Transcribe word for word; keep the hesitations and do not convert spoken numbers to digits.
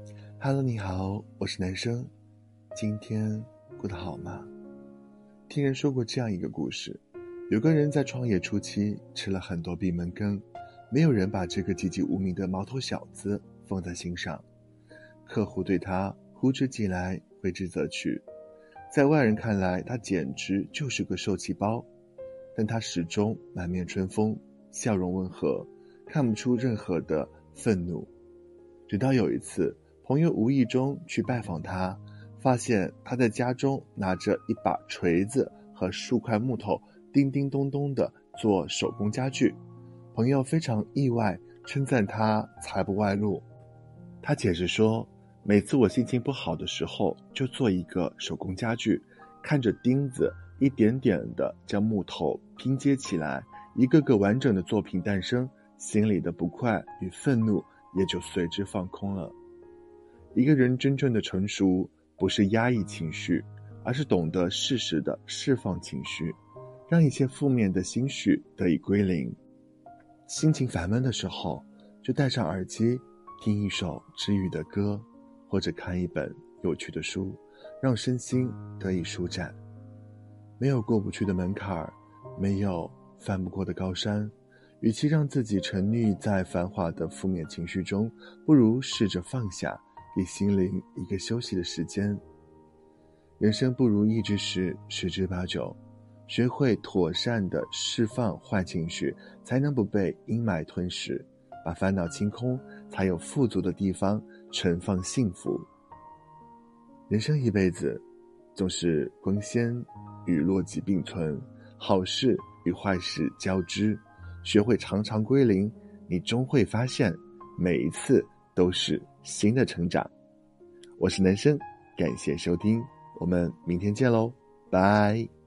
Hello， 你好，我是男生，今天过得好吗？听人说过这样一个故事，有个人在创业初期吃了很多闭门羹，没有人把这个籍籍无名的毛头小子放在心上，客户对他呼之即来，挥之则去，在外人看来他简直就是个受气包，但他始终满面春风，笑容温和，看不出任何的愤怒。直到有一次朋友无意中去拜访他，发现他在家中拿着一把锤子和数块木头叮叮咚咚地做手工家具。朋友非常意外，称赞他才不外露。他解释说，每次我心情不好的时候就做一个手工家具，看着钉子一点点地将木头拼接起来，一个个完整的作品诞生，心里的不快与愤怒也就随之放空了。一个人真正的成熟，不是压抑情绪，而是懂得适时的释放情绪，让一些负面的心绪得以归零。心情烦闷的时候，就戴上耳机，听一首治愈的歌，或者看一本有趣的书，让身心得以舒展。没有过不去的门槛，没有翻不过的高山，与其让自己沉溺在繁华的负面情绪中，不如试着放下，给心灵一个休息的时间。人生不如意之事十之八九，学会妥善地释放坏情绪，才能不被阴霾吞噬，把烦恼清空，才有富足的地方盛放幸福。人生一辈子，总是光鲜与落寂并存，好事与坏事交织，学会常常归零，你终会发现每一次都是新的成长。我是男生，感谢收听，我们明天见喽，拜。